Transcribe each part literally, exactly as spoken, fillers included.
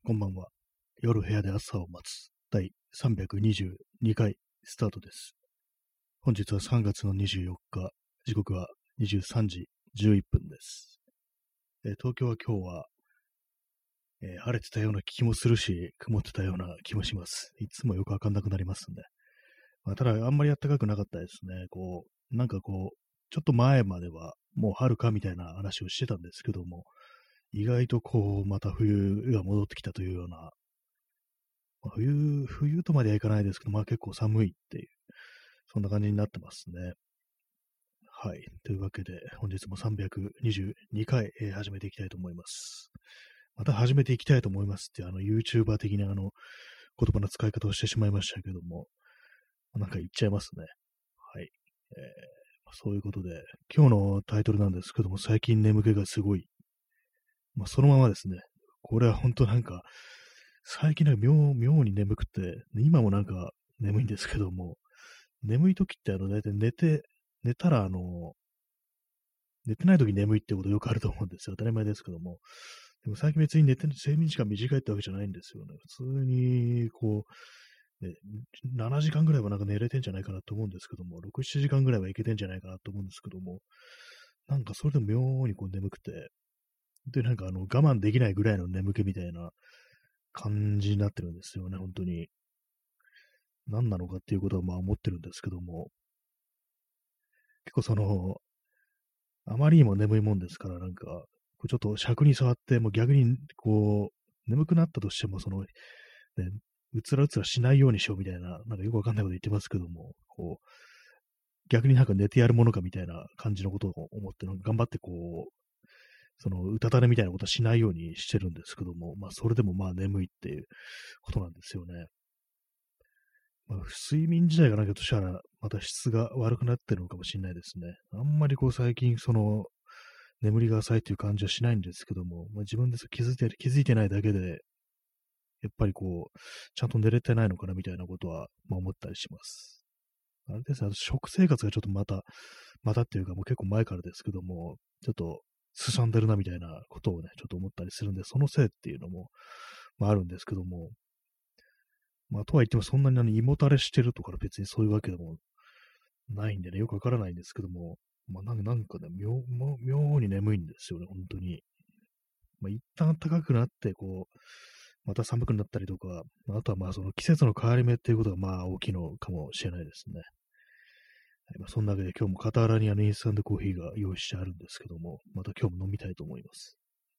こんばんは。夜部屋で朝を待つ第さんびゃくにじゅうにかいスタートです。本日はさんがつのにじゅうよっか、時刻はにじゅうさんじじゅういっぷんです。えー東京は今日は、えー晴れてたような気もするし、曇ってたような気もします。いつもよくわかんなくなりますね。まあ、ただ、あんまり暖かくなかったですね。こう、なんかこう、ちょっと前まではもう春かみたいな話をしてたんですけども、意外とこう、また冬が戻ってきたというような、まあ冬、冬とまではいかないですけど、まあ結構寒いっていう、そんな感じになってますね。はい。というわけで、本日もさんびゃくにじゅうにかい、えー始めていきたいと思います。また始めていきたいと思いますっていう、あの、YouTuber 的なあの、言葉の使い方をしてしまいましたけども、なんか言っちゃいますね。はい。えーまあそういうことで、今日のタイトルなんですけども、最近眠気がすごい。まあ、そのままですね。これは本当なんか、最近なんか妙、妙に眠くて、今もなんか眠いんですけども、眠い時ってあの、大体寝て、寝たらあの、寝てない時に眠いってことよくあると思うんですよ。当たり前ですけども。でも最近別に寝て、睡眠時間短いってわけじゃないんですよね。普通に、こう、ね、ななじかんぐらいはなんか寝れてんじゃないかなと思うんですけども、ろく、ななじかんぐらいはいけてんじゃないかなと思うんですけども、なんかそれでも妙にこう眠くて、で、なんかあの、我慢できないぐらいの眠気みたいな感じになってるんですよね、本当に。何なのかっていうことはまあ思ってるんですけども、結構その、あまりにも眠いもんですから、なんか、こうちょっと尺に触って、もう逆に、こう、眠くなったとしても、その、ね、うつらうつらしないようにしようみたいな、なんかよくわかんないこと言ってますけども、こう、逆になんか寝てやるものかみたいな感じのことを思って、なんか頑張ってこう、その、うたた寝みたいなことはしないようにしてるんですけども、まあ、それでもまあ眠いっていうことなんですよね。まあ、睡眠時代がなきゃとしたら、また質が悪くなってるのかもしれないですね。あんまりこう最近、その、眠りが浅いという感じはしないんですけども、まあ、自分で気づいて、気づいてないだけで、やっぱりこう、ちゃんと寝れてないのかなみたいなことは、まあ、思ったりします。あれですね、あと食生活がちょっとまた、またっていうかもう結構前からですけども、ちょっと、すさんでるなみたいなことをね、ちょっと思ったりするんで、そのせいっていうのも、まああるんですけども、まあとは言ってもそんなにあの胃もたれしてるとか別にそういうわけでもないんでね、よくわからないんですけども、まあなんなんかね、妙、妙妙に眠いんですよね、本当に。まあ、一旦暖かくなって、こう、また寒くなったりとか、まあ、あとはまあその季節の変わり目っていうことがまあ大きいのかもしれないですね。はい、まあ、そんなわけで今日も傍らにあのインスタントコーヒーが用意してあるんですけども、また今日も飲みたいと思います。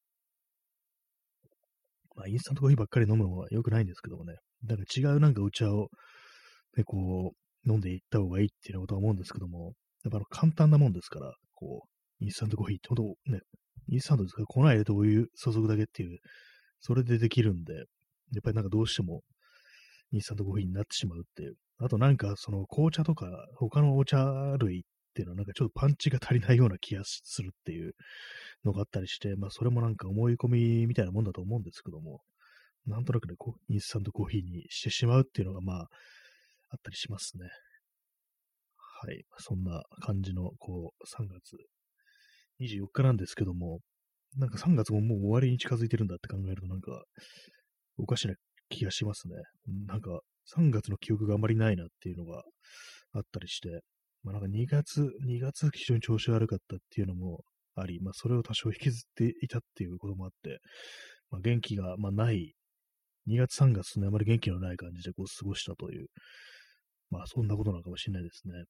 まあ、インスタントコーヒーばっかり飲むのは良くないんですけどもね、なんか違うなんかお茶を、ね、こう、飲んでいった方がいいっていうようなことは思うんですけども、やっぱあの簡単なもんですから、こう、インスタントコーヒーってほんとね、インスタントですから粉入れてお湯注ぐだけっていう、それでできるんで、やっぱりなんかどうしてもインスタントコーヒーになってしまうっていう。あとなんかその紅茶とか他のお茶類っていうのはなんかちょっとパンチが足りないような気がするっていうのがあったりして、まあそれもなんか思い込みみたいなもんだと思うんですけども、なんとなくね、こうインスタントコーヒーにしてしまうっていうのがまああったりしますね。はい。そんな感じのこうさんがつにじゅうよっかなんですけども、なんかさんがつももう終わりに近づいてるんだって考えるとなんかおかしな気がしますね。なんか、さんがつの記憶があまりないなっていうのがあったりして、まあなんかにがつ、にがつ非常に調子悪かったっていうのもあり、まあそれを多少引きずっていたっていうこともあって、まあ元気が、まあない、にがつさんがつね、あまり元気のない感じでこう過ごしたという、まあそんなことなのかもしれないですね。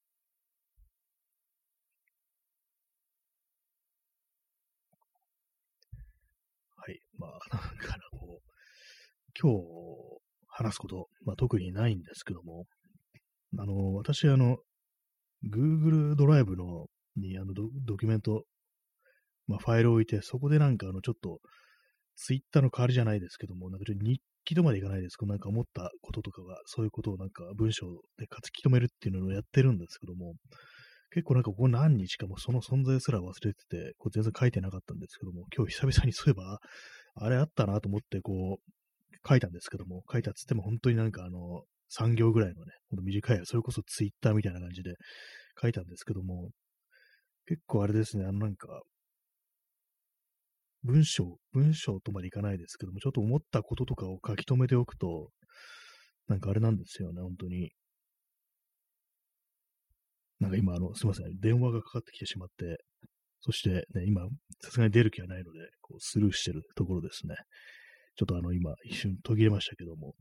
はい。まあ、だからこう、今日話すこと、まあ特にないんですけども、あの、私、あの、Google ドライブの、に、あのド、ドキュメント、まあ、ファイルを置いて、そこでなんか、あの、ちょっと、ツイッターの代わりじゃないですけども、なんかちょっと日記とまでいかないですけど、なんか思ったこととかが、そういうことをなんか文章で書き留めるっていうのをやってるんですけども、結構なんかここ何日かもその存在すら忘れてて、こう全然書いてなかったんですけども、今日久々にそういえば、あれあったなと思って、こう、書いたんですけども、書いたっつっても本当になんかあの、さん行ぐらいのね、ほんと短い、それこそツイッターみたいな感じで書いたんですけども、結構あれですね、あのなんか、 文章、文章とまでいかないですけども、ちょっと思ったこととかを書き留めておくと、なんかあれなんですよね、本当に。なんか今、あの、すいません、電話がかかってきてしまって、そしてね、今、さすがに出る気はないので、こうスルーしてるところですね。ちょっとあの、今、一瞬途切れましたけども、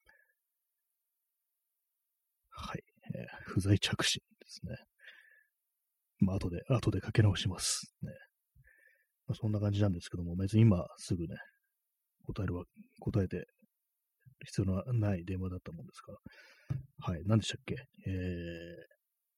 はい、えー不在着信ですね。まあ、後で、後でかけ直します。ね。まあ、そんな感じなんですけども、別に今すぐね、答えるわ、答えて必要のない電話だったもんですから。はい、何でしたっけえー、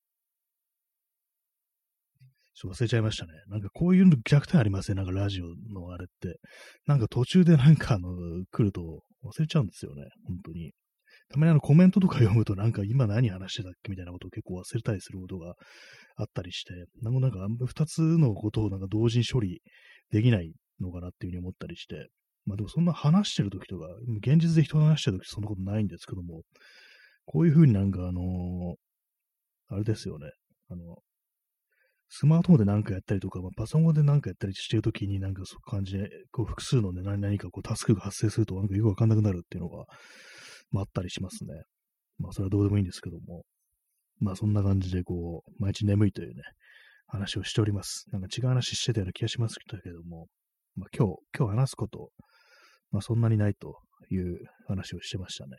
ちょっと忘れちゃいましたね。なんかこういうの弱点ありますね。なんかラジオのあれって。なんか途中でなんかあの、来ると忘れちゃうんですよね。本当に。たまにあのコメントとか読むとなんか今何話してたっけみたいなことを結構忘れたりすることがあったりして、なんかなんか二つのことをなんか同時に処理できないのかなっていうふうに思ったりして、まあでもそんな話してる時とか、現実で人と話してる時そんなことないんですけども、こういうふうになんかあのーあれですよね。あの、スマートフォンで何かやったりとか、まあ、パソコンで何かやったりしてるときに、なんかそういう感じで、こう複数のね、何何かこうタスクが発生すると、なんかよくわかんなくなるっていうのが、まあ、あったりしますね。まあ、それはどうでもいいんですけども。まあ、そんな感じで、こう、毎日眠いというね、話をしております。なんか違う話してたような気がしますけども、まあ、今日、今日話すこと、まあ、そんなにないという話をしてましたね。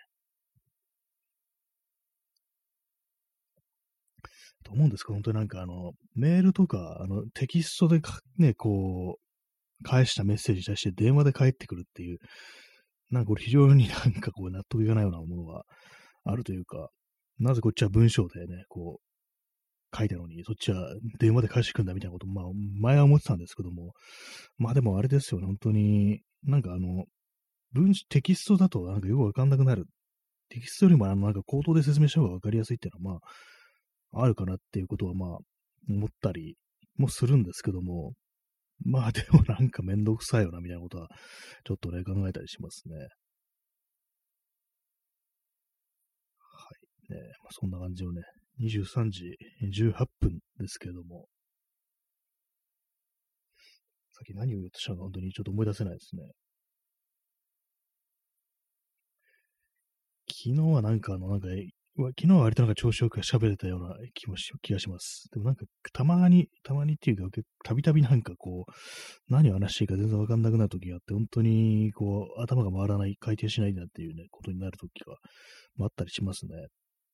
と思うんですけど、本当になんかあの、メールとか、あの、テキストでかね、こう、返したメッセージに対して電話で返ってくるっていう、なんかこれ非常になんかこう納得いかないようなものがあるというか、なぜこっちは文章でね、こう書いたのに、そっちは電話で返してくんだみたいなこと、まあ前は思ってたんですけども、まあでもあれですよね、本当に、なんかあの、文テキストだとなんかよくわかんなくなる。テキストよりもあのなんか口頭で説明した方がわかりやすいっていうのはまあ、あるかなっていうことはまあ思ったりもするんですけども、まあでもなんかめんどくさいよなみたいなことはちょっとね考えたりしますね。はい。ね、まあ、そんな感じのね、にじゅうさんじじゅうはっぷんですけれども、さっき何を言おうとしたのか本当にちょっと思い出せないですね。昨日はなんかあの、なんか、うわ昨日は割となんか調子よく喋れたような気もし、気がします。でもなんか、たまに、たまにっていうか、たびたびなんかこう、何を話していいか全然わかんなくなる時があって、本当にこう、頭が回らない、回転しないなっていうね、ことになる時があったりしますね。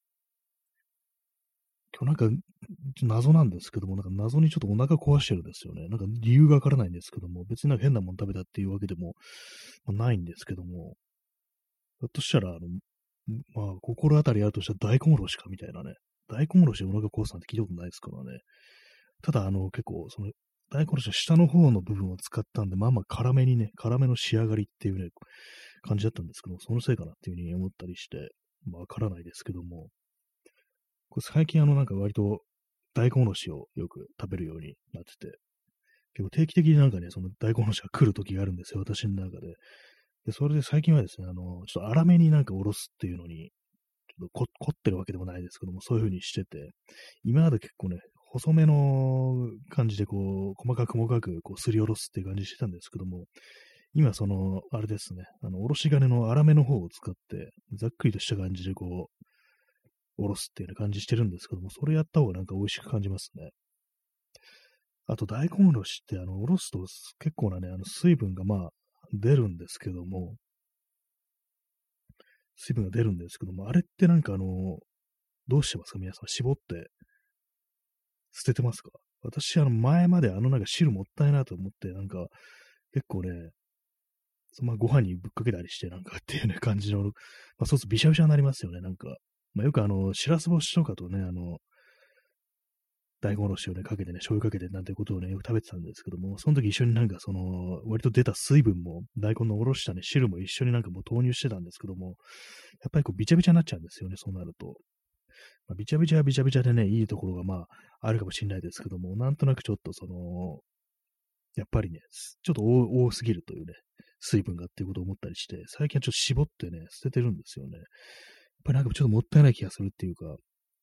今日なんか、謎なんですけども、なんか謎にちょっとお腹壊してるんですよね。なんか理由がわからないんですけども、別になんか変なもん食べたっていうわけでも、まあ、ないんですけども、ひょっとしたら、あの、まあ、心当たりあるとしたら大根おろしかみたいなね。大根おろしでお腹壊すなんて聞いたことないですからね。ただ、あの、結構、その、大根おろしは下の方の部分を使ったんで、まあまあ辛めにね、辛めの仕上がりっていうね、感じだったんですけども、そのせいかなっていうふうに思ったりして、まあわからないですけども、これ最近あのなんか割と大根おろしをよく食べるようになってて、結構定期的になんかね、その大根おろしが来る時があるんですよ、私の中で。で、それで最近はですね、あの、ちょっと粗めになんかおろすっていうのに、ちょっとこ凝ってるわけでもないですけども、そういう風にしてて、今まで結構ね、細めの感じでこう、細かく細かくこうすりおろすっていう感じにしてたんですけども、今その、あれですね、あの、おろし金の粗めの方を使って、ざっくりとした感じでこう、おろすっていうような感じしてるんですけども、それやった方がなんか美味しく感じますね。あと大根おろしって、あの、おろすと結構なね、あの、水分がまあ、出るんですけども、水分が出るんですけども、あれってなんかあの、どうしてますか皆さん。絞って捨ててますか？私、あの、前まであのなんか汁もったいなと思って、なんか、結構ね、そのまあご飯にぶっかけたりして、なんかっていうね、感じの、まあ、そうするとびしゃびしゃになりますよね、なんか。まあ、よくあの、しらす干しとかとね、あの、大根おろしをね、かけてね、醤油かけてなんてことをね、よく食べてたんですけども、その時一緒になんかその、割と出た水分も、大根のおろしたね、汁も一緒になんかもう投入してたんですけども、やっぱりこう、びちゃびちゃになっちゃうんですよね、そうなると。まあ、びちゃびちゃはびちゃびちゃでね、いいところがまあ、あるかもしれないですけども、なんとなくちょっとその、やっぱりね、ちょっと多多すぎるというね、水分がっていうことを思ったりして、最近はちょっと絞ってね、捨ててるんですよね。やっぱりなんかちょっともったいない気がするっていうか、やっ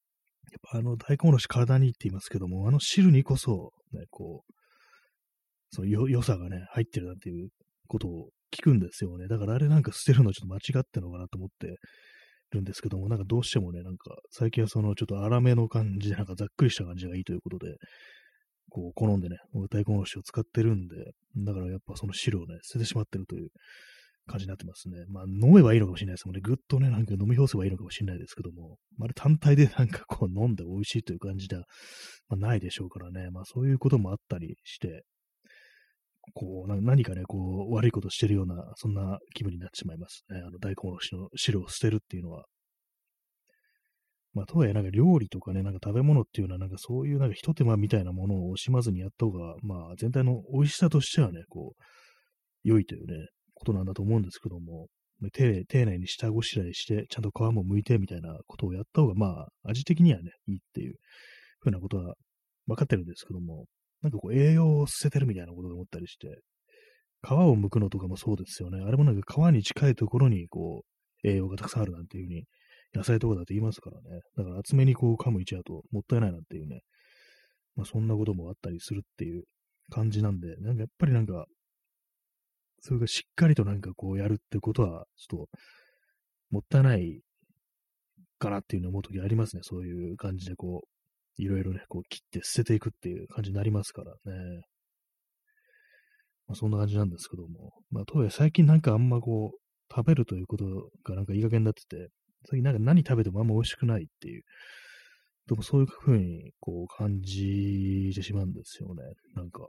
ぱあの大根おろし体にいいって言いますけども、あの汁にこそ、ね、こう、 そのよ良さがね、入ってるなんていうことを聞くんですよね。だからあれなんか捨てるのちょっと間違ってんのかなと思ってるんですけども、なんかどうしてもね、なんか最近はそのちょっと粗めの感じで、なんかざっくりした感じがいいということで、こう好んでね、大根おろしを使ってるんで、だからやっぱその汁をね、捨ててしまってるという感じになってますね。まあ飲めばいいのかもしれないですもんね。ぐっとね、なんか飲み干せばいいのかもしれないですけども、まあ、あれ単体でなんかこう飲んで美味しいという感じでは、まあ、ないでしょうからね。まあそういうこともあったりして、こう、な何かね、こう、悪いことしてるような、そんな気分になってしまいますね。あの、大根おろしの汁を捨てるっていうのは。まあ、とはいえ、なんか料理とかね、なんか食べ物っていうのは、なんかそういうなんか一手間みたいなものを惜しまずにやった方が、まあ、全体の美味しさとしてはね、こう、良いというね、ことなんだと思うんですけども、丁丁寧に下ごしらえして、ちゃんと皮も剥いてみたいなことをやった方が、まあ、味的にはね、いいっていうふうなことは分かってるんですけども、なんかこう、栄養を捨ててるみたいなことを思ったりして、皮を剥くのとかもそうですよね。あれもなんか皮に近いところに、こう、栄養がたくさんあるなんていうふうに、野菜とかだと言いますからね。だから厚めにこう噛むいちゃうともったいないなんていうね。まあそんなこともあったりするっていう感じなんで、なんかやっぱりなんか、それがしっかりとなんかこうやるってことは、ちょっともったいないかなっていうのを思うときありますね。そういう感じでこう、いろいろね、こう切って捨てていくっていう感じになりますからね。まあ、そんな感じなんですけども。まあ、とはいえ最近なんかあんまこう、食べるということがなんかいい加減になってて、最近なんか何食べてもあんま美味しくないっていう、でもそういう風にこう感じてしまうんですよね。なんか。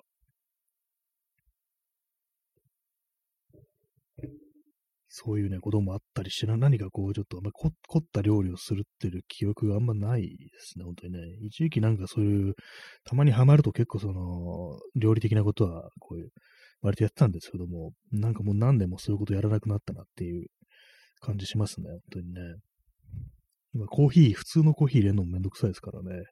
そういうね、こともあったりしてな、何かこう、ちょっとあんま凝凝った料理をするっていう記憶があんまないですね、本当にね。一時期なんかそういう、たまにハマると結構その、料理的なことは、こういう、割とやってたんですけども、なんかもう何年もそういうことやらなくなったなっていう感じしますね、本当にね。今、コーヒー、普通のコーヒー入れるのもめんどくさいですからね。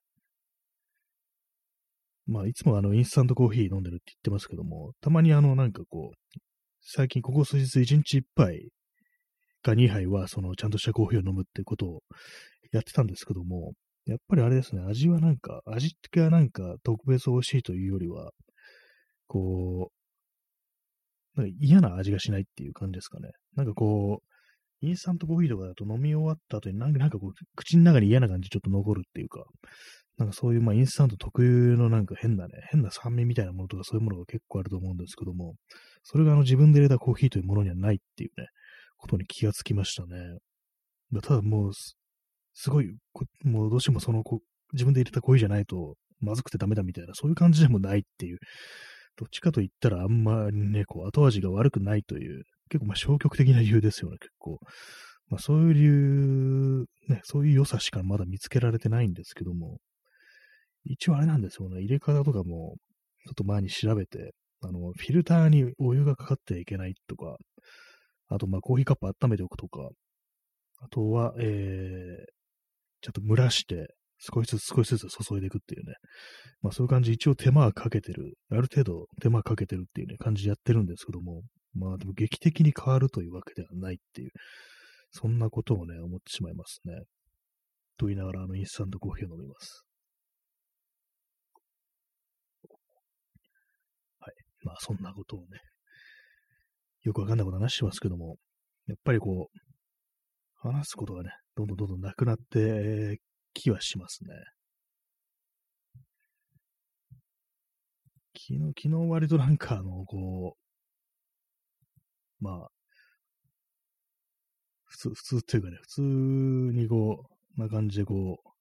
まあ、いつもあの、インスタントコーヒー飲んでるって言ってますけども、たまにあの、なんかこう、最近ここ数日いちにちいっぱいかにはいは、その、ちゃんとしたコーヒーを飲むってことをやってたんですけども、やっぱりあれですね、味はなんか、味がなんか特別美味しいというよりは、こう、なんか嫌な味がしないっていう感じですかね。なんかこう、インスタントコーヒーとかだと飲み終わった後になんか、なんかこう、口の中に嫌な感じちょっと残るっていうか、なんかそういう、まあ、インスタント特有のなんか変なね、変な酸味みたいなものとかそういうものが結構あると思うんですけども、それがあの自分で入れたコーヒーというものにはないっていうね、ことに気がつきましたね。だただもうす、すごい、こもうどうしてもそのこ自分で入れたコーヒーじゃないとまずくてダメだみたいな、そういう感じでもないっていう、どっちかと言ったらあんまりね、こう後味が悪くないという、結構まあ消極的な理由ですよね、結構。まあそういう理由、ね、そういう良さしかまだ見つけられてないんですけども、一応あれなんですよね。入れ方とかも、ちょっと前に調べて、あの、フィルターにお湯がかかってはいけないとか、あと、まあ、コーヒーカップ温めておくとか、あとは、えー、ちょっと蒸らして、少しずつ少しずつ注いでいくっていうね。まあ、そういう感じ、一応手間はかけてる。ある程度手間かけてるっていうね、感じでやってるんですけども、まあ、でも劇的に変わるというわけではないっていう、そんなことをね、思ってしまいますね。と言いながら、あの、インスタントコーヒーを飲みます。はい。まあ、そんなことをね、よくわかんないこと話してますけども、やっぱりこう、話すことがね、どんどんどんどんなくなって気はしますね。昨日、昨日割となんかあの、こう、まあ、普通、普通っていうかね、普通にこう、な感じでこう、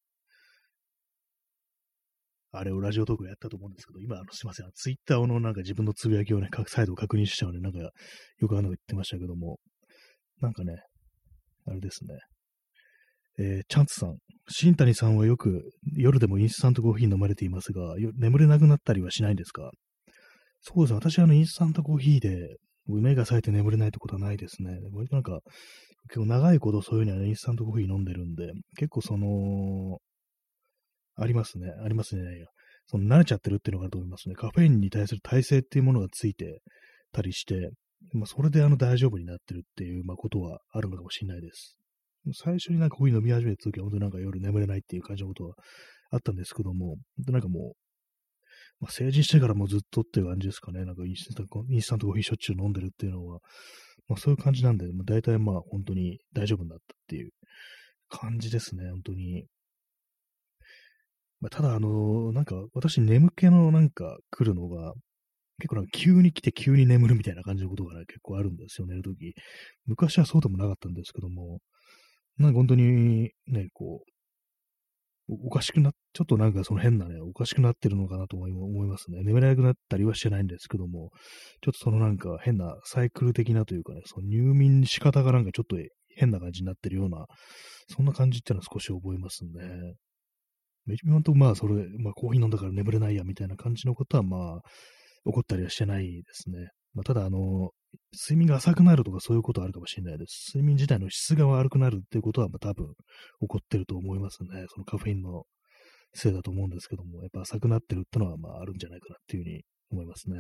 あれをラジオトークやったと思うんですけど、今、あの、すいません、ツイッターのなんか自分のつぶやきをね、再度確認しちゃうね、なんか、よくあの言ってましたけども、なんかね、あれですね、えー、チャンツさん、新谷さんはよく夜でもインスタントコーヒー飲まれていますが、眠れなくなったりはしないんですか？そうですね。私、あの、インスタントコーヒーで、目が冴えて眠れないってことはないですね。割となんか、結構長いことそういうのはね、インスタントコーヒー飲んでるんで、結構その、ありますね。ありますね。その慣れちゃってるっていうのがあると思いますね。カフェインに対する耐性っていうものがついてたりして、まあ、それであの大丈夫になってるっていう、まあ、ことはあるのかもしれないです。最初になんかコーヒー飲み始めた時は、本当になんか夜眠れないっていう感じのことはあったんですけども、なんかもう、 まあ、成人してからもずっとっていう感じですかね。なんかインスタント、インスタントコーヒーしょっちゅう飲んでるっていうのは、まあそういう感じなんで、まあ、大体まあ本当に大丈夫になったっていう感じですね、本当に。まあ、ただあのなんか私眠気のなんか来るのが、結構なんか急に来て急に眠るみたいな感じのことがね、結構あるんですよ、寝るとき。昔はそうでもなかったんですけども、なんか本当にね、こう、おおかしくなっ、ちょっとなんかその変なね、おかしくなってるのかなと思い思いますね。眠れなくなったりはしてないんですけども、ちょっとそのなんか変なサイクル的なというかね、その入眠の仕方がなんかちょっと変な感じになってるような、そんな感じっていうのは少し覚えますね。今んとこまあそれ、まあコーヒー飲んだから眠れないやみたいな感じのことはまあ起こったりはしてないですね。まあ、ただあの、睡眠が浅くなるとかそういうことはあるかもしれないです。睡眠自体の質が悪くなるっていうことはまあ多分起こってると思いますね。そのカフェインのせいだと思うんですけども、やっぱ浅くなってるってのはまああるんじゃないかなっていうふうに思いますね。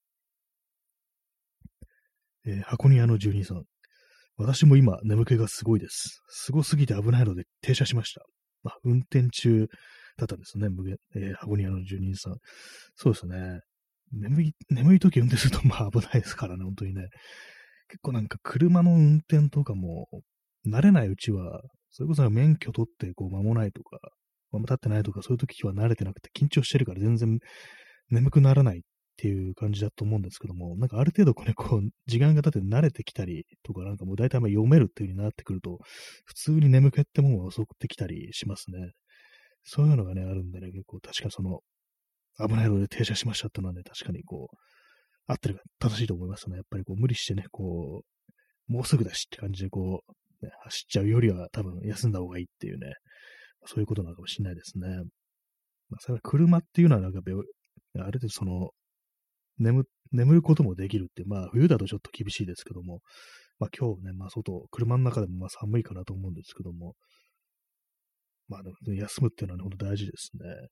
えー箱庭の住人さん。私も今眠気がすごいです。すごすぎて危ないので停車しました。まあ、運転中だったんですね。無限えー箱庭の住人さん。そうですね。眠い、眠い時運転するとまあ危ないですからね、本当にね。結構なんか車の運転とかも、慣れないうちは、それこそ免許取ってこう間もないとか、間も経ってないとか、そういう時は慣れてなくて緊張してるから全然眠くならないっていう感じだと思うんですけども、なんかある程度これこう、時間が経って慣れてきたりとか、なんかもう大体まあ読めるっていう風になってくると、普通に眠気ってものが襲ってきたりしますね。そういうのがね、あるんでね、結構確かその、危ないので停車しましたってのはね、確かにこう、合ってる、正しいと思いますね。やっぱりこう、無理してね、こう、もうすぐだしって感じでこう、ね、走っちゃうよりは多分休んだ方がいいっていうね、そういうことなのかもしれないですね。まあ、それは車っていうのはなんか病、ある程度その、眠、眠ることもできるって、まあ冬だとちょっと厳しいですけども、まあ今日ね、まあ外、車の中でもまあ寒いかなと思うんですけども、まあでも休むっていうのはね、本当大事ですね。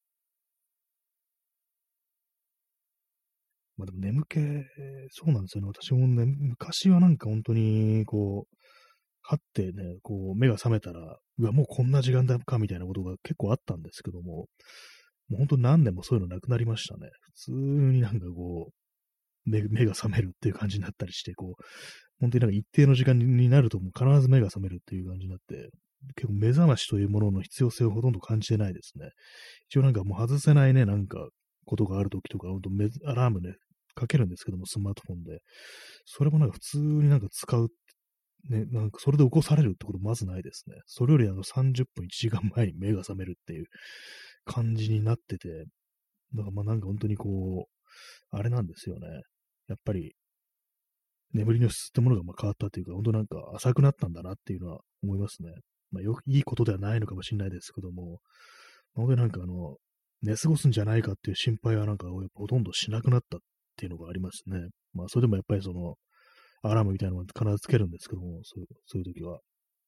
まあでも眠気、そうなんですよね。私もね、昔はなんか本当に、こう、はってね、こう、目が覚めたら、うわ、もうこんな時間だかみたいなことが結構あったんですけども、もう本当何年もそういうのなくなりましたね。普通になんかこう、目目が覚めるっていう感じになったりして、こう、本当になんか一定の時間になるともう必ず目が覚めるっていう感じになって、結構目覚ましというものの必要性をほとんど感じてないですね。一応なんかもう外せないね、なんかことがあるときとか、ほんとメアラームね、かけるんですけども、スマートフォンで。それもなんか普通になんか使う、ね、なんかそれで起こされるってことまずないですね。それよりあのさんじゅっぷん、いちじかんまえに目が覚めるっていう感じになってて、だからまあなんか本当にこう、あれなんですよね。やっぱり眠りの質ってものがまあ変わったというか、本当なんか浅くなったんだなっていうのは思いますね。まあよくいいことではないのかもしれないですけども、本当になんかあの、寝過ごすんじゃないかっていう心配はなんかほとんどしなくなったっていうのがありますね。まあそれでもやっぱりその、アラームみたいなのを必ずつけるんですけども、そうそういう時は、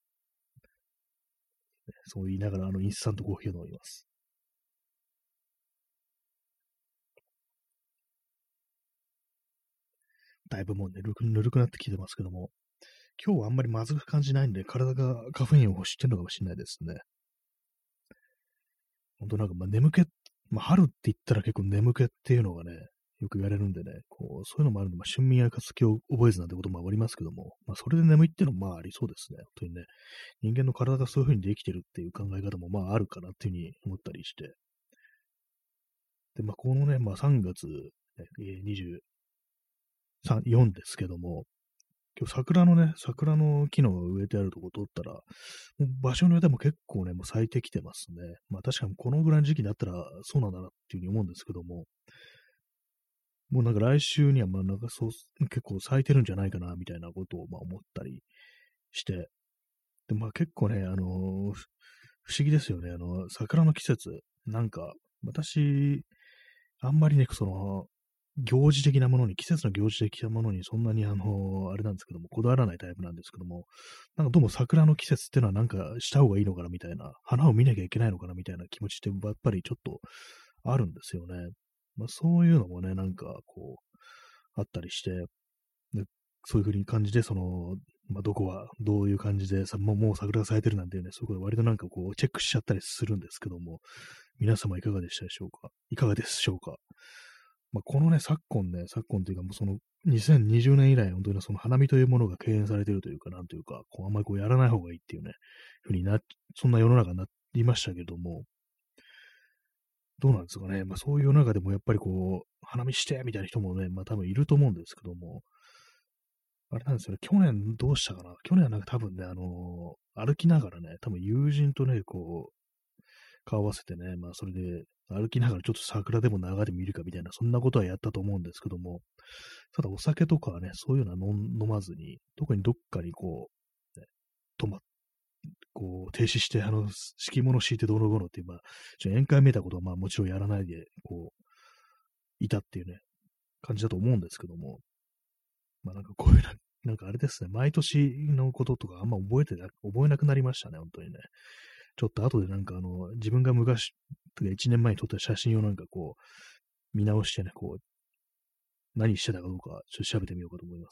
そう言いながらあのインスタントコーヒーを飲みます。だいぶもうね、ぬるくぬるくなってきてますけども、今日はあんまりまずく感じないんで、体がカフェインを欲してるのかもしれないですね。本当なんか、まあ、眠気、まあ、春って言ったら結構眠気っていうのがね、よく言われるんでね、こう、そういうのもあるんで、まあ、春眠やかを覚えずなんてこともありますけども、まあ、それで眠いっていうのもまあありそうですね。本当にね、人間の体がそういう風にできてるっていう考え方もまああるかなっていう風に思ったりして。で、まあ、このね、まあ、さんがつ、えー、にじゅうさん、よんですけども、今日桜のね、桜の木の植えてあるとこ通ったら、もう場所によっても結構ね、もう咲いてきてますね。まあ確かにこのぐらいの時期になったらそうなんだなっていうふうに思うんですけども、もうなんか来週にはまあなんかそう、結構咲いてるんじゃないかなみたいなことをまあ思ったりして、でまあ結構ね、あのー不思議ですよね。あの、桜の季節、なんか私、あんまりね、その、行事的なものに、季節の行事的なものに、そんなにあの、あれなんですけども、こだわらないタイプなんですけども、なんかどうも桜の季節っていうのはなんかした方がいいのかなみたいな、花を見なきゃいけないのかなみたいな気持ちってやっぱりちょっとあるんですよね。まあそういうのもね、なんかこう、あったりして、でそういう風に感じで、その、まあ、どこはどういう感じでさ、もうもう桜が咲いてるなんていうね、そこで割となんかこうチェックしちゃったりするんですけども、 皆様いかがでしたでしょうかいかがでしょうか。まあ、このね、昨今ね、昨今というか、もうそのにせんにじゅうねん以来、本当にその花見というものが敬遠されているというか、なんというか、こうあんまりこうやらない方がいいっていうね、ふうにな、そんな世の中になりましたけども、どうなんですかね。まあそういう世の中でもやっぱりこう、花見してみたいな人もね、まあ多分いると思うんですけども、あれなんですよね、去年どうしたかな。去年はなんか多分ね、あのー歩きながらね、多分友人とね、こう、顔合わせてね、まあそれで歩きながらちょっと桜でも眺めてみるかみたいな、そんなことはやったと思うんですけども、ただお酒とかはね、そういうのは飲飲まずに、特にどっかにこう、ね、泊まっこう、停止して、あの、敷物敷いてどうのこうのっていう、まあ、ちょ宴会見たことは、まあ、もちろんやらないで、こう、いたっていうね、感じだと思うんですけども、まあ、なんかこういうな、なんかあれですね、毎年のこととかあんま覚えてな、覚えなくなりましたね、本当にね。ちょっと後でなんかあの、自分が昔、とかいちねんまえに撮った写真をなんかこう、見直してね、こう、何してたかどうか、ちょっと調べてみようかと思います。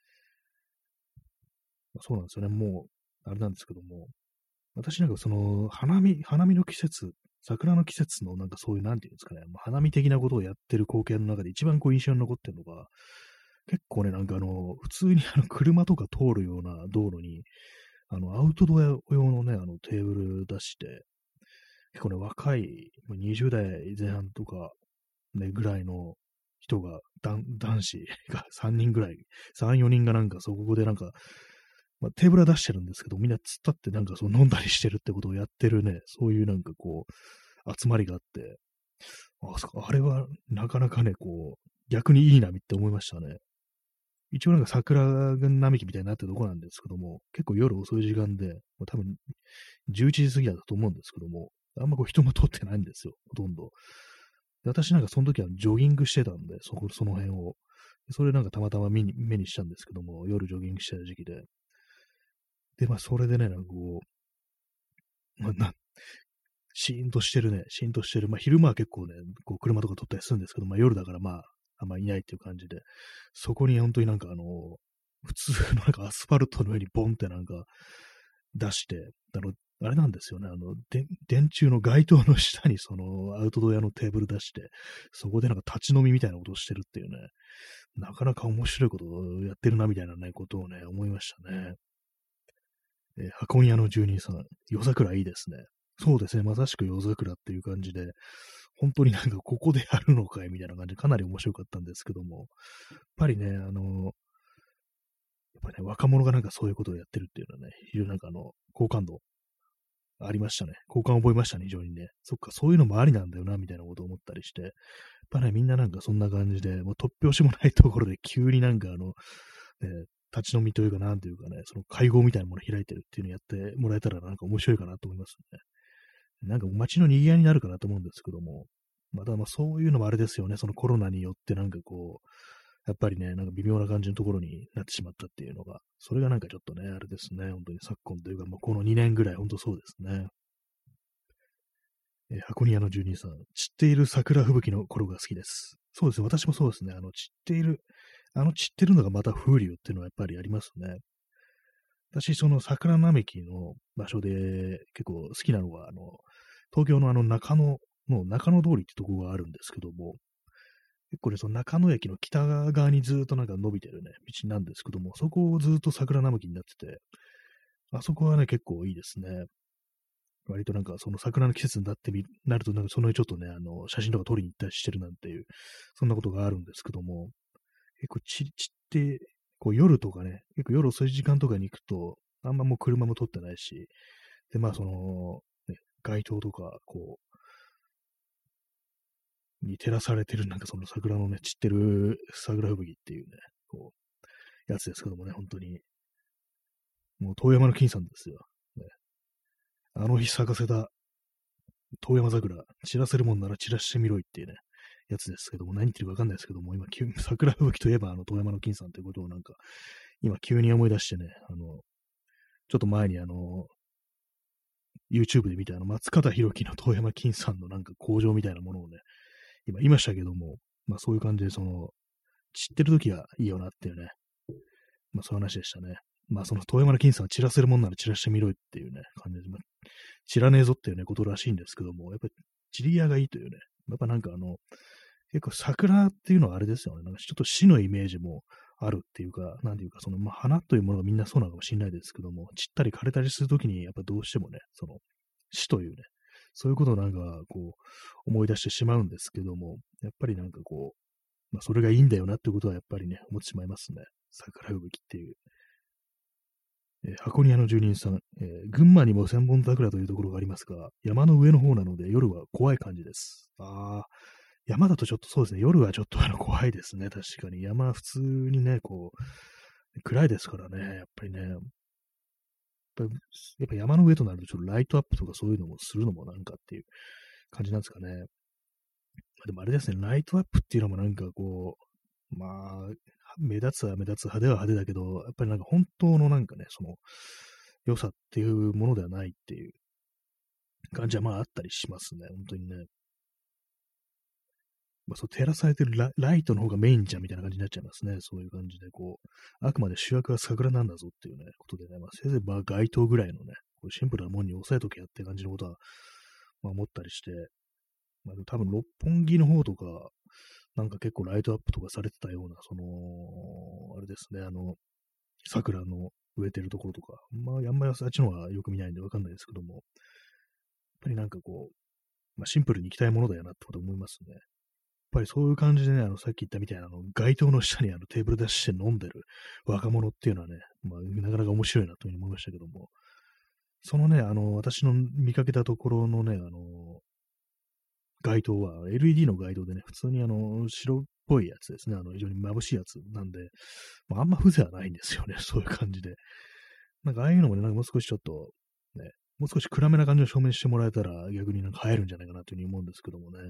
まあ、そうなんですよね、もう、あれなんですけども、私なんかその、花見、花見の季節、桜の季節のなんかそういう、なんていうんですかね、まあ、花見的なことをやってる光景の中で一番こう印象に残ってるのが、結構ね、なんかあの、普通にあの車とか通るような道路に、あの、アウトドア用のね、あのテーブル出して、結構ね、若い、にじゅう代前半とか、ね、ぐらいの人が、男男子がさんにんぐらい、さん、よにんがなんかそこでなんか、まあ、テーブルは出してるんですけど、みんな突っ立ってなんかそう飲んだりしてるってことをやってるね、そういうなんかこう、集まりがあって、あ、そあれはなかなかね、こう、逆にいいなって思いましたね。一応なんか桜並木みたいになってるとこなんですけども、結構夜遅い時間で、まあ、多分じゅういちじ過ぎだったと思うんですけども、あんまこう人も通ってないんですよ、ほとんど。で私なんかその時はジョギングしてたんで、そこ、その辺を。それなんかたまたま目に目にしたんですけども、夜ジョギングしてた時期で。で、まあそれでね、なんかこう、まあ、なシーンとしてるね、シーンとしてる。まあ昼間は結構ね、こう車とか撮ったりするんですけど、まあ夜だからまあ、あんまいないっていう感じで、そこに本当になんかあの、普通のなんかアスファルトの上にボンってなんか出して、あの、あれなんですよね、あの、で電柱の街灯の下にそのアウトドアのテーブル出して、そこでなんか立ち飲みみたいなことをしてるっていうね、なかなか面白いことをやってるなみたいなね、ことをね、思いましたね。えー箱庭の住人さん、夜桜いいですね。そうですね、まさしく夜桜っていう感じで、本当になんかここでやるのかいみたいな感じでかなり面白かったんですけども、やっぱりね、あの、やっぱりね、若者がなんかそういうことをやってるっていうのはね、非常になんかあの、好感度ありましたね。好感を覚えましたね、非常にね。そっか、そういうのもありなんだよな、みたいなことを思ったりして。やっぱね、みんななんかそんな感じで、もう突拍子もないところで急になんかあの、ね、立ち飲みというか、なんというかね、その会合みたいなものを開いてるっていうのをやってもらえたらなんか面白いかなと思いますね。なんか街の賑わいになるかなと思うんですけども、またまあそういうのもあれですよね、そのコロナによってなんかこう、やっぱりね、なんか微妙な感じのところになってしまったっていうのが、それがなんかちょっとね、あれですね、本当に昨今というか、もうこのにねんぐらい、本当そうですね。えー箱庭の住人さん、散っている桜吹雪の頃が好きです。そうですね、私もそうですね、あの、散っている、あの散ってるのがまた風流っていうのはやっぱりありますね。私、その桜並木の場所で結構好きなのが、あの、東京のあの中野の中野通りってとこがあるんですけども、結構ね、その中野駅の北側にずっとなんか伸びてるね、道なんですけども、そこをずっと桜並木になってて、あそこはね、結構いいですね。割となんかその桜の季節になってみ、なるとなんかそのちょっとね、あの、写真とか撮りに行ったりしてるなんていう、そんなことがあるんですけども、結構ち、ちって、こう夜とかね、結構夜遅い時間とかに行くと、あんまもう車も撮ってないし、で、まあその、ね、街灯とか、こう、に照らされてるなんかその桜のね、散ってる桜吹雪っていうね、こう、やつですけどもね、本当に、もう遠山の金さんですよ。ね、あの日咲かせた遠山桜、散らせるもんなら散らしてみろいっていうね、やつですけども、何言ってるかわかんないですけども、今、急に桜吹雪といえば、あの、遠山の金さんということをなんか、今、急に思い出してね、あの、ちょっと前にあの、YouTube で見たあの、松方弘樹の遠山金さんのなんか工場みたいなものをね、今言いましたけども、まあそういう感じで、その、散ってる時はいいよなっていうね、まあそういう話でしたね。まあその遠山の金さんは散らせるもんなら散らしてみろっていうね、感じで、まあ、散らねえぞっていうね、ことらしいんですけども、やっぱり散り際がいいというね。やっぱなんかあの、結構桜っていうのはあれですよね。なんかちょっと死のイメージもあるっていうか、なんていうか、その、まあ、花というものがみんなそうなのかもしれないですけども、散ったり枯れたりするときに、やっぱどうしてもね、その、死というね、そういうことをなんか、こう、思い出してしまうんですけども、やっぱりなんかこう、まあ、それがいいんだよなっていうことはやっぱりね、思ってしまいますね。桜吹雪っていう。えー箱庭の住人さん、えー群馬にも千本桜というところがありますが、山の上の方なので夜は怖い感じです。ああ、山だとちょっとそうですね、夜はちょっとあの怖いですね、確かに。山普通にね、こう、暗いですからね、やっぱりね。やっぱりやっぱ山の上となるとちょっとライトアップとかそういうのもするのもなんかっていう感じなんですかね。まあ、でもあれですね、ライトアップっていうのもなんかこう、まあ、目立つは目立つ、派手は派手だけど、やっぱりなんか本当のなんかね、その良さっていうものではないっていう感じはまああったりしますね、本当にね。まあ、そう、照らされてるラライトの方がメインじゃんみたいな感じになっちゃいますね。そういう感じで、こう、あくまで主役は桜なんだぞっていうね、ことでね、まあ、せいぜいまあ街灯ぐらいのね、こうシンプルなもんに抑えとけやって感じのことは、まあ、思ったりして、まあ、でも多分六本木の方とか、なんか結構ライトアップとかされてたような、その、あれですね、あの、桜の植えてるところとか、まあ、あんまりあっちの方はよく見ないんでわかんないですけども、やっぱりなんかこう、まあ、シンプルに行きたいものだよなってこと思いますね。やっぱりそういう感じでね、あの、さっき言ったみたいな、あの、街灯の下にあのテーブル出して飲んでる若者っていうのはね、まあ、なかなか面白いなというふうに思いましたけども、そのね、あの、私の見かけたところのね、あの、街灯は エルイーディー の街灯でね、普通にあの、白っぽいやつですね、あの、非常に眩しいやつなんで、まあ、あんま風情はないんですよね、そういう感じで。なんかああいうのもね、なんかもう少しちょっと、ね、もう少し暗めな感じの照明してもらえたら逆になんか映えるんじゃないかなというふうに思うんですけどもね。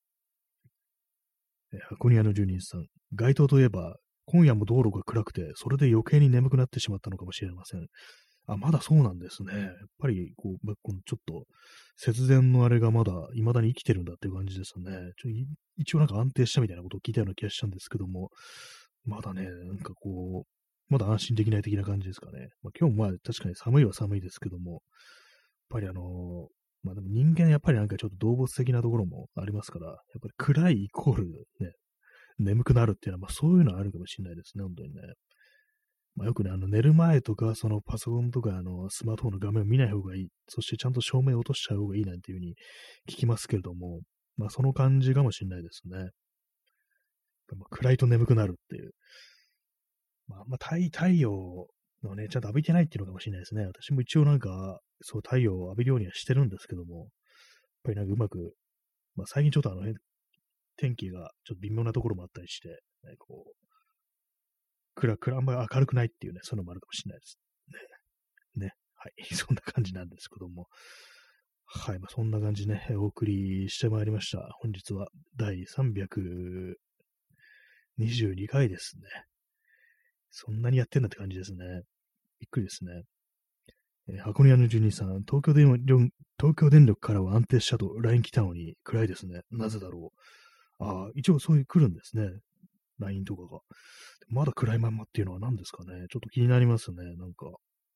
えー箱庭の住人さん。街灯といえば、今夜も道路が暗くて、それで余計に眠くなってしまったのかもしれません。あ、まだそうなんですね。やっぱり、こう、まこのちょっと、節電のあれがまだ、未だに生きてるんだっていう感じですよね。ちょい一応なんか安定したみたいなことを聞いたような気がしたんですけども、まだね、なんかこう、まだ安心できない的な感じですかね。まあ、今日もまあ確かに寒いは寒いですけども、やっぱりあのーまあでも人間やっぱりなんかちょっと動物的なところもありますから、やっぱり暗いイコールね、眠くなるっていうのは、まあそういうのはあるかもしれないですね、本当にね。まあよくね、あの寝る前とか、そのパソコンとか、あのスマートフォンの画面を見ない方がいい。そしてちゃんと照明を落としちゃう方がいいなんていうふうに聞きますけれども、まあその感じかもしれないですね。まあ、暗いと眠くなるっていう。まあ、まあ太太陽のね、ちゃんと浴びてないっていうのかもしれないですね。私も一応なんか、そう太陽を浴びるようにはしてるんですけども、やっぱりなんかうまく、まあ最近ちょっとあの、天気がちょっと微妙なところもあったりして、ね、こう、暗く、あんまり明るくないっていうね、そういうのもあるかもしれないですね。ね。はい。そんな感じなんですけども。はい。まあ、そんな感じね、お送りしてまいりました。本日はだいさんびゃくにじゅうにかいですね。そんなにやってんだって感じですね。びっくりですね。えー箱根屋の住人さん、東京電力東京電力からは安定したと ライン 来たのに暗いですね。なぜだろう。ああ、一応そういう来るんですね。ライン とかが。まだ暗いまんまっていうのは何ですかね。ちょっと気になりますね。なんか、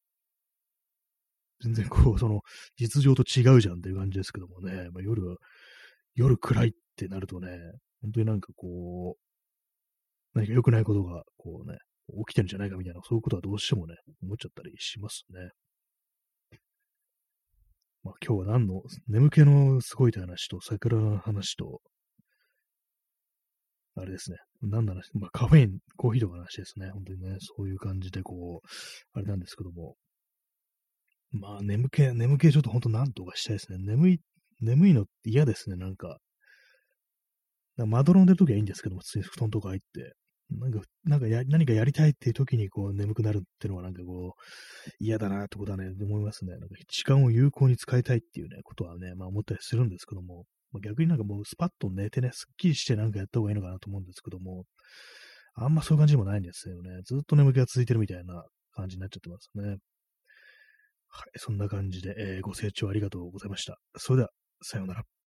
全然こう、その、実情と違うじゃんっていう感じですけどもね。まあ、夜は、夜暗いってなるとね、本当になんかこう、何か良くないことが、こうね、起きてるんじゃないかみたいな、そういうことはどうしてもね、思っちゃったりしますね。まあ今日は何の、眠気のすごい話と、桜の話と、あれですね。何の話、まあカフェイン、コーヒーとかの話ですね。本当にね、そういう感じでこう、あれなんですけども、まあ、眠気、眠気ちょっと本当なんとかしたいですね。眠い、眠いのって嫌ですね、なんか。なんかまどろんでるときはいいんですけども、普通に布団とか入って。なんか、なんかや、何かやりたいっていう時にこう眠くなるっていうのはなんかこう、嫌だなってことはね、思いますね。なんか時間を有効に使いたいっていうね、ことはね、まあ思ったりするんですけども、まあ、逆になんかもうスパッと寝てね、すっきりしてなんかやった方がいいのかなと思うんですけども、あんまそういう感じでもないんですよね。ずっと眠気が続いてるみたいな感じになっちゃってますね。はい、そんな感じで、えーご清聴ありがとうございました。それでは、さようなら。